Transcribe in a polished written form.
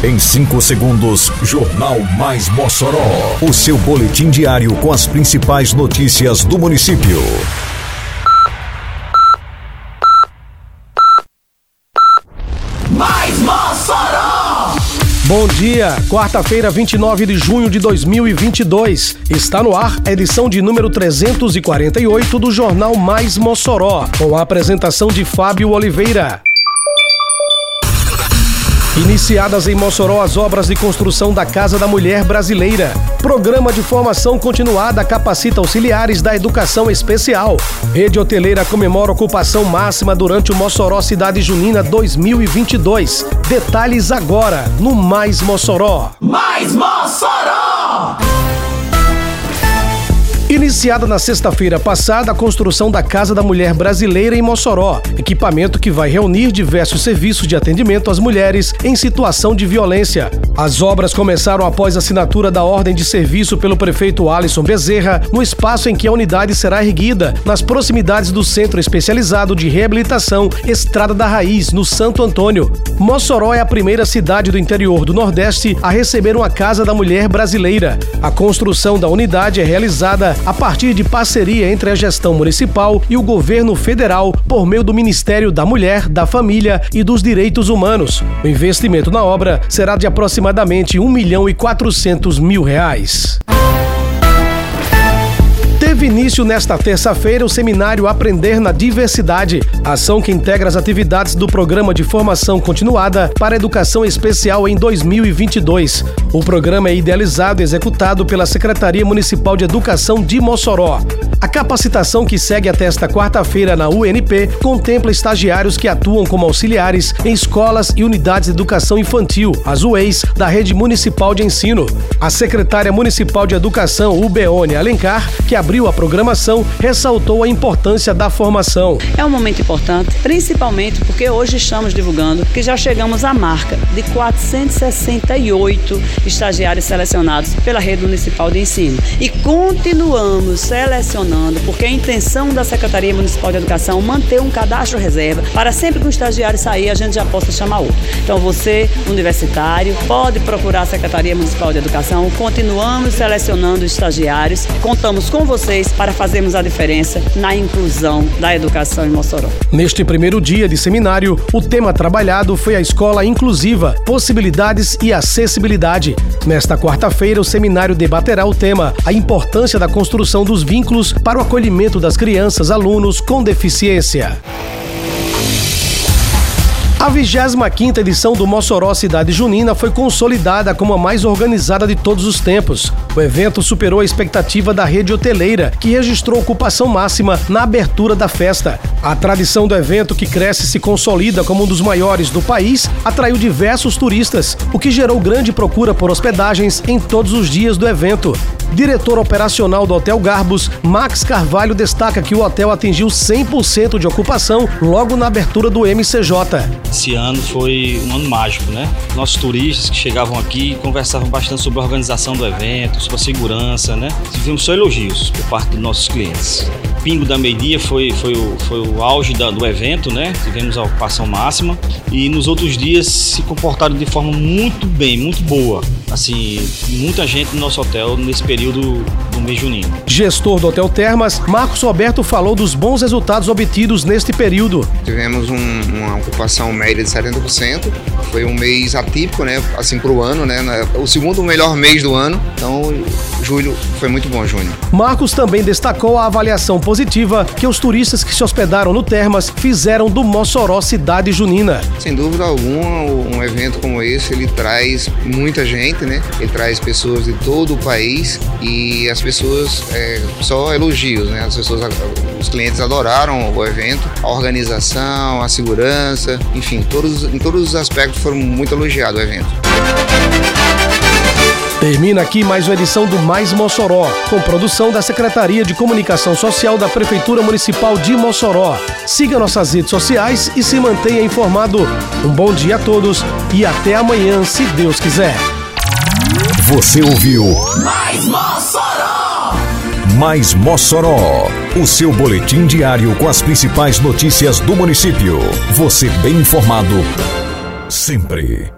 Em 5 segundos, Jornal Mais Mossoró. O seu boletim diário com as principais notícias do município. Mais Mossoró! Bom dia, quarta-feira, 29 de junho de 2022. Está no ar a edição de número 348 do Jornal Mais Mossoró, com a apresentação de Fábio Oliveira. Iniciadas em Mossoró as obras de construção da Casa da Mulher Brasileira. Programa de formação continuada capacita auxiliares da educação especial. Rede hoteleira comemora ocupação máxima durante o Mossoró Cidade Junina 2022. Detalhes agora no Mais Mossoró. Mais Mossoró! Iniciada na sexta-feira passada a construção da Casa da Mulher Brasileira em Mossoró, equipamento que vai reunir diversos serviços de atendimento às mulheres em situação de violência. As obras começaram após a assinatura da ordem de serviço pelo prefeito Alisson Bezerra, no espaço em que a unidade será erguida, nas proximidades do Centro Especializado de Reabilitação Estrada da Raiz, no Santo Antônio. Mossoró é a primeira cidade do interior do Nordeste a receber uma Casa da Mulher Brasileira. A construção da unidade é realizada a partir de parceria entre a gestão municipal e o governo federal por meio do Ministério da Mulher, da Família e dos Direitos Humanos. O investimento na obra será de aproximadamente R$1.400.000. Teve início nesta terça-feira o seminário Aprender na Diversidade, ação que integra as atividades do Programa de Formação Continuada para a Educação Especial em 2022. O programa é idealizado e executado pela Secretaria Municipal de Educação de Mossoró. A capacitação que segue até esta quarta-feira na UNP contempla estagiários que atuam como auxiliares em escolas e unidades de educação infantil, as UEIs, da Rede Municipal de Ensino. A secretária municipal de Educação, Ubeone Alencar, que abriu a programação, ressaltou a importância da formação. É um momento importante, principalmente porque hoje estamos divulgando que já chegamos à marca de 468 estagiários selecionados pela Rede Municipal de Ensino. E continuamos selecionando, porque a intenção da Secretaria Municipal de Educação é manter um cadastro reserva para sempre que um estagiário sair, a gente já possa chamar outro. Então você, universitário, pode procurar a Secretaria Municipal de Educação. Continuamos selecionando estagiários. Contamos com vocês para fazermos a diferença na inclusão da educação em Mossoró. Neste primeiro dia de seminário, o tema trabalhado foi a escola inclusiva, possibilidades e acessibilidade. Nesta quarta-feira, o seminário debaterá o tema a importância da construção dos vínculos para o acolhimento das crianças, alunos com deficiência. A 25ª edição do Mossoró Cidade Junina foi consolidada como a mais organizada de todos os tempos. O evento superou a expectativa da rede hoteleira, que registrou ocupação máxima na abertura da festa. A tradição do evento, que cresce e se consolida como um dos maiores do país, atraiu diversos turistas, o que gerou grande procura por hospedagens em todos os dias do evento. Diretor operacional do Hotel Garbus, Max Carvalho, destaca que o hotel atingiu 100% de ocupação logo na abertura do MCJ. Esse ano foi um ano mágico, né? Nossos turistas que chegavam aqui conversavam bastante sobre a organização do evento, sobre a segurança, né? Tivemos só elogios por parte dos nossos clientes. Pingo da meio-dia foi o auge do evento, né? Tivemos a ocupação máxima e nos outros dias se comportaram de forma muito bem, muito boa. Assim, muita gente no nosso hotel nesse período do mês junino. Gestor do Hotel Termas, Marcos Roberto, falou dos bons resultados obtidos neste período. Tivemos uma ocupação média de 70%. Foi um mês atípico, né? Assim, para o ano, né? O segundo melhor mês do ano. Então, julho foi muito bom, junho. Marcos também destacou a avaliação positiva que os turistas que se hospedaram no Termas fizeram do Mossoró Cidade Junina. Sem dúvida alguma, um evento como esse, ele traz muita gente, né? Ele traz pessoas de todo o país e as pessoas, só elogios, né? Os clientes adoraram o evento, a organização, a segurança, enfim, em todos os aspectos foram muito elogiados o evento. Termina aqui mais uma edição do Mais Mossoró, com produção da Secretaria de Comunicação Social da Prefeitura Municipal de Mossoró. Siga nossas redes sociais e se mantenha informado. Um bom dia a todos e até amanhã, se Deus quiser. Você ouviu Mais Mossoró! Mais Mossoró, o seu boletim diário com as principais notícias do município. Você bem informado sempre.